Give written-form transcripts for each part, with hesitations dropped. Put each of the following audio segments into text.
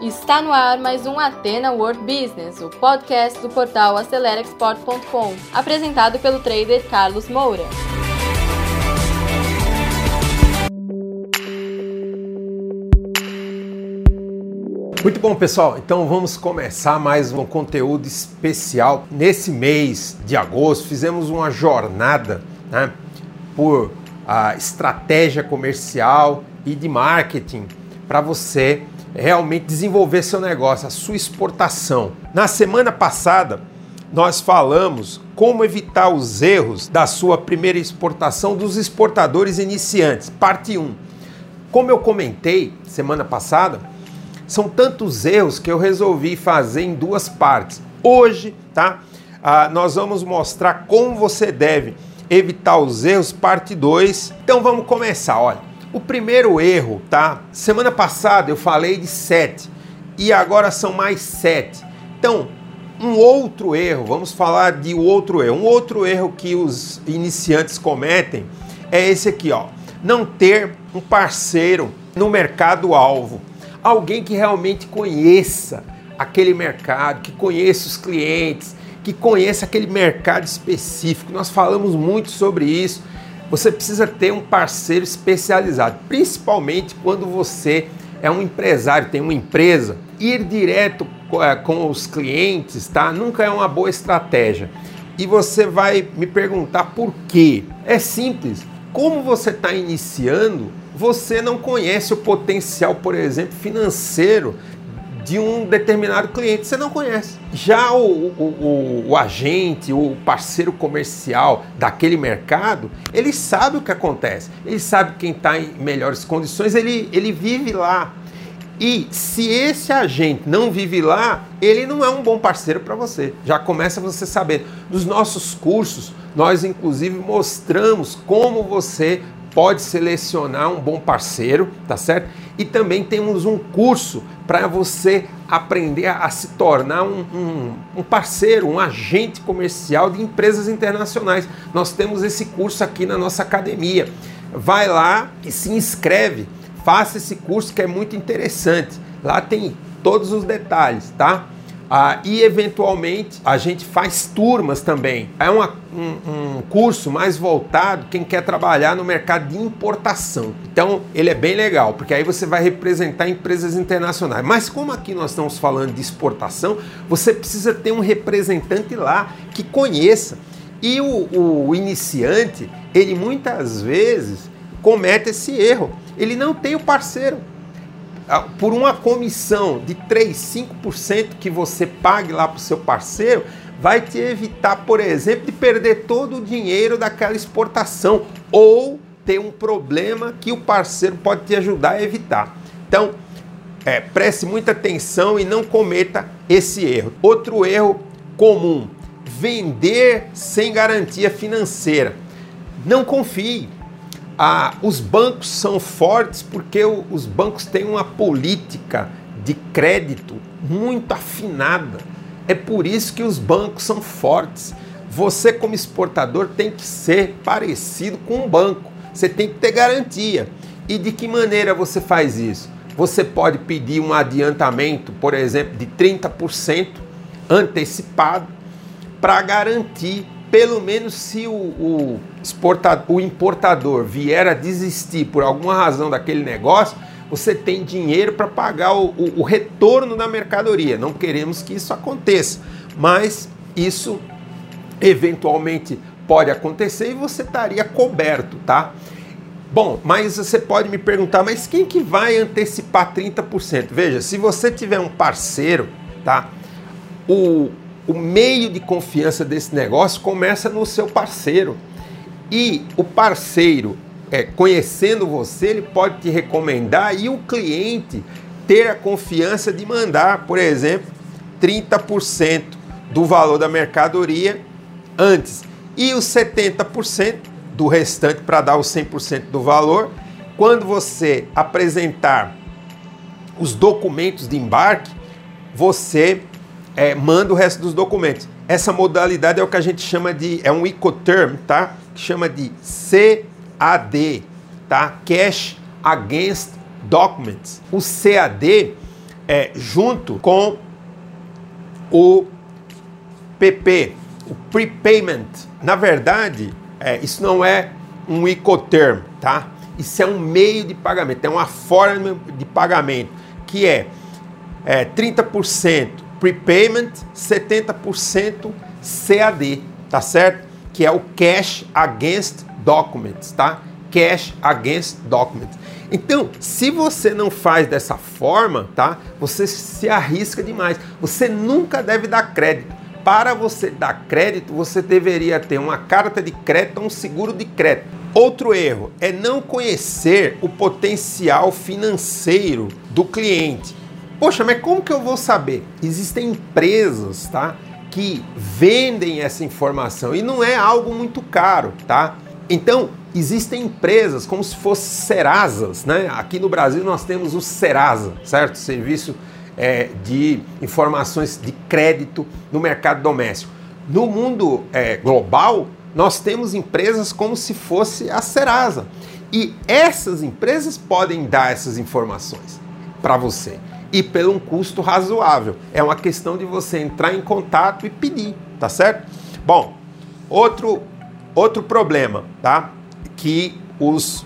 Está no ar mais um Athena World Business, o podcast do portal AceleraExport.com, apresentado pelo trader Carlos Moura. Muito bom, pessoal, então vamos começar mais um conteúdo especial. Nesse mês de agosto fizemos uma jornada, por estratégia comercial e de marketing para você realmente desenvolver seu negócio, a sua exportação. Na semana passada nós falamos como evitar os erros da sua primeira exportação dos exportadores iniciantes, parte 1. Como eu comentei semana passada, são tantos erros que eu resolvi fazer em duas partes. Hoje, nós vamos mostrar como você deve evitar os erros, parte 2. Então vamos começar, olha. O primeiro erro, semana passada eu falei de 7 e agora são mais 7. Então, um outro erro, vamos falar de outro erro. Um outro erro que os iniciantes cometem é esse aqui, ó. Não ter um parceiro no mercado-alvo. Alguém que realmente conheça aquele mercado, que conheça os clientes, que conheça aquele mercado específico. Nós falamos muito sobre isso. Você precisa ter um parceiro especializado, principalmente quando você é um empresário, tem uma empresa. Ir direto com os clientes, nunca é uma boa estratégia. E você vai me perguntar por quê? É simples. Como você está iniciando, você não conhece o potencial, por exemplo, financeiro de um determinado cliente, você não conhece. Já o agente, o parceiro comercial daquele mercado, ele sabe o que acontece, ele sabe quem está em melhores condições, ele vive lá. E se esse agente não vive lá, ele não é um bom parceiro para você. Já começa você sabendo. Nos nossos cursos, nós inclusive mostramos como você pode selecionar um bom parceiro, tá certo? E também temos um curso para você aprender a se tornar um parceiro, um agente comercial de empresas internacionais. Nós temos esse curso aqui na nossa academia. Vai lá e se inscreve, faça esse curso que é muito interessante. Lá tem todos os detalhes, tá? E eventualmente a gente faz turmas também. É um curso mais voltado quem quer trabalhar no mercado de importação. Então ele é bem legal, porque aí você vai representar empresas internacionais. Mas como aqui nós estamos falando de exportação, você precisa ter um representante lá que conheça. E o iniciante, ele muitas vezes comete esse erro. Ele não tem o parceiro. Por uma comissão de 3%, 5% que você pague lá para o seu parceiro, vai te evitar, por exemplo, de perder todo o dinheiro daquela exportação ou ter um problema que o parceiro pode te ajudar a evitar. Então, preste muita atenção e não cometa esse erro. Outro erro comum, vender sem garantia financeira. Não confie. Os bancos são fortes porque os bancos têm uma política de crédito muito afinada. É por isso que os bancos são fortes. Você, como exportador, tem que ser parecido com um banco. Você tem que ter garantia. E de que maneira você faz isso? Você pode pedir um adiantamento, por exemplo, de 30% antecipado para garantir. Pelo menos se o importador vier a desistir por alguma razão daquele negócio, você tem dinheiro para pagar o retorno da mercadoria. Não queremos que isso aconteça, mas isso eventualmente pode acontecer e você estaria coberto, tá? Bom, mas você pode me perguntar, mas quem que vai antecipar 30%? Veja, se você tiver um parceiro, o meio de confiança desse negócio começa no seu parceiro. E o parceiro, conhecendo você, ele pode te recomendar e o cliente ter a confiança de mandar, por exemplo, 30% do valor da mercadoria antes. E os 70% do restante para dar os 100% do valor. Quando você apresentar os documentos de embarque, você manda o resto dos documentos. Essa modalidade é o que a gente chama de, é um Incoterm, que chama de CAD, Cash Against Documents. O CAD junto com o PP, o prepayment. Na verdade, isso não é um Incoterm, tá? Isso é um meio de pagamento, é uma forma de pagamento que é 30% prepayment, 70% CAD, tá certo? Que é o Cash Against Documents, tá? Cash Against Documents. Então, se você não faz dessa forma, tá? Você se arrisca demais. Você nunca deve dar crédito. Para você dar crédito, você deveria ter uma carta de crédito ou um seguro de crédito. Outro erro é não conhecer o potencial financeiro do cliente. Poxa, mas como que eu vou saber? Existem empresas, tá, que vendem essa informação e não é algo muito caro, tá? Então, existem empresas como se fossem Serasas, né? Aqui no Brasil nós temos o Serasa, certo? Serviço de informações de crédito no mercado doméstico. No mundo global, nós temos empresas como se fosse a Serasa. E essas empresas podem dar essas informações para você. E pelo um custo razoável. É uma questão de você entrar em contato e pedir, tá certo? Bom, outro problema, tá? Que os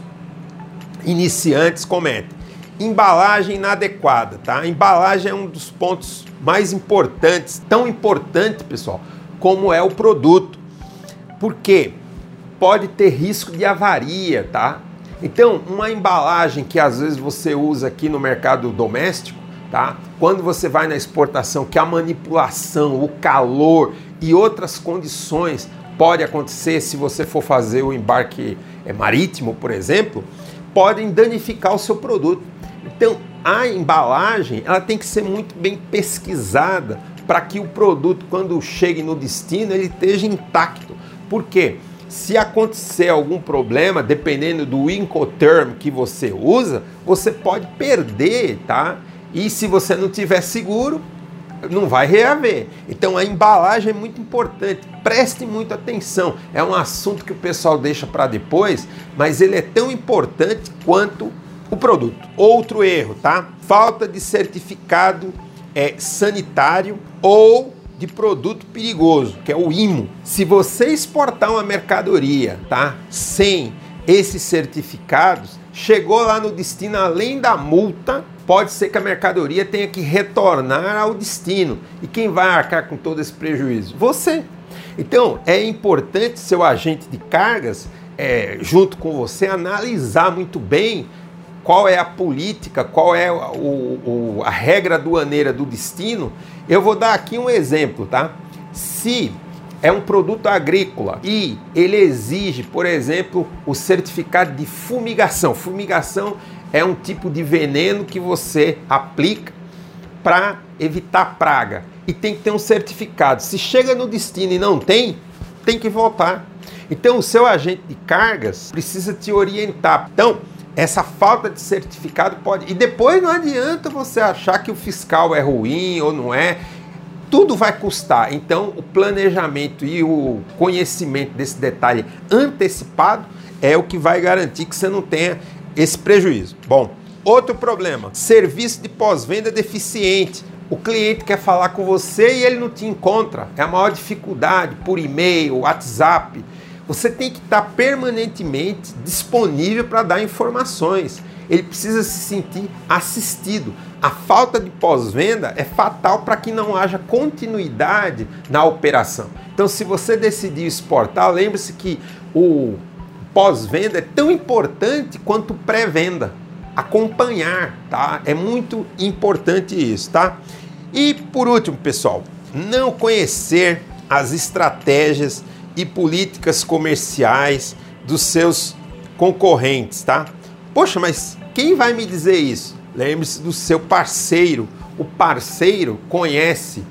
iniciantes cometem. Embalagem inadequada, tá? A embalagem é um dos pontos mais importantes, tão importante, pessoal, como é o produto. Porque pode ter risco de avaria, tá? Então, uma embalagem que às vezes você usa aqui no mercado doméstico, tá? Quando você vai na exportação, que a manipulação, o calor e outras condições pode acontecer se você for fazer o embarque marítimo, por exemplo, podem danificar o seu produto. Então, a embalagem ela tem que ser muito bem pesquisada para que o produto, quando chegue no destino, ele esteja intacto. Por quê? Se acontecer algum problema, dependendo do Incoterm que você usa, você pode perder, tá? E se você não tiver seguro, não vai reaver. Então a embalagem é muito importante. Preste muita atenção. É um assunto que o pessoal deixa para depois, mas ele é tão importante quanto o produto. Outro erro, tá? Falta de certificado sanitário ou de produto perigoso, que é o IMO. Se você exportar uma mercadoria, tá, sem esses certificados, chegou lá no destino, além da multa, pode ser que a mercadoria tenha que retornar ao destino. E quem vai arcar com todo esse prejuízo? Você. Então, é importante seu agente de cargas, junto com você, analisar muito bem qual é a política, qual é a regra aduaneira do destino. Eu vou dar aqui um exemplo, tá? Se é um produto agrícola e ele exige, por exemplo, o certificado de fumigação. Fumigação é um tipo de veneno que você aplica para evitar praga. E tem que ter um certificado. Se chega no destino e não tem que voltar. Então, o seu agente de cargas precisa te orientar. Então, essa falta de certificado pode... E depois não adianta você achar que o fiscal é ruim ou não é. Tudo vai custar. Então, o planejamento e o conhecimento desse detalhe antecipado é o que vai garantir que você não tenha esse prejuízo. Bom, outro problema. Serviço de pós-venda deficiente. O cliente quer falar com você e ele não te encontra. É a maior dificuldade por e-mail, WhatsApp. Você tem que estar permanentemente disponível para dar informações. Ele precisa se sentir assistido. A falta de pós-venda é fatal para que não haja continuidade na operação. Então, se você decidir exportar, lembre-se que o pós-venda é tão importante quanto o pré-venda. Acompanhar, tá? É muito importante isso, tá? E por último, pessoal, não conhecer as estratégias e políticas comerciais dos seus concorrentes, tá? Poxa, mas quem vai me dizer isso? Lembre-se do seu parceiro. O parceiro conhece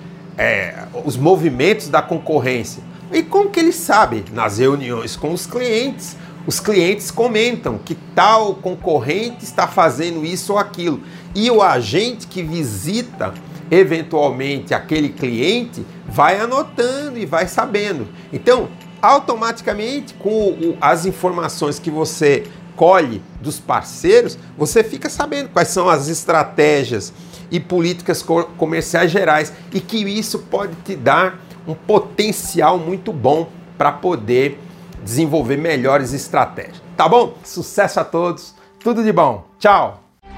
os movimentos da concorrência. E como que ele sabe? Nas reuniões com os clientes comentam que tal concorrente está fazendo isso ou aquilo. E o agente que visita eventualmente aquele cliente vai anotando e vai sabendo. Então, automaticamente, com as informações que você colhe dos parceiros, você fica sabendo quais são as estratégias e políticas comerciais gerais e que isso pode te dar um potencial muito bom para poder desenvolver melhores estratégias. Tá bom? Sucesso a todos, tudo de bom. Tchau!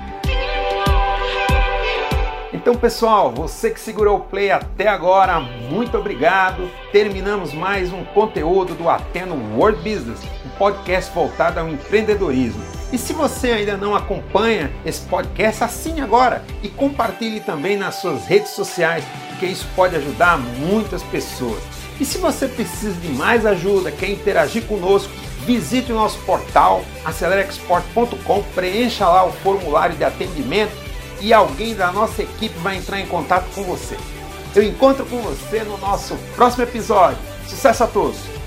Então, pessoal, você que segurou o play até agora, muito obrigado. Terminamos mais um conteúdo do Athena World Business, um podcast voltado ao empreendedorismo. E se você ainda não acompanha esse podcast, assine agora e compartilhe também nas suas redes sociais, porque isso pode ajudar muitas pessoas. E se você precisa de mais ajuda, quer interagir conosco, visite o nosso portal acelerexport.com, preencha lá o formulário de atendimento e alguém da nossa equipe vai entrar em contato com você. Eu encontro com você no nosso próximo episódio. Sucesso a todos!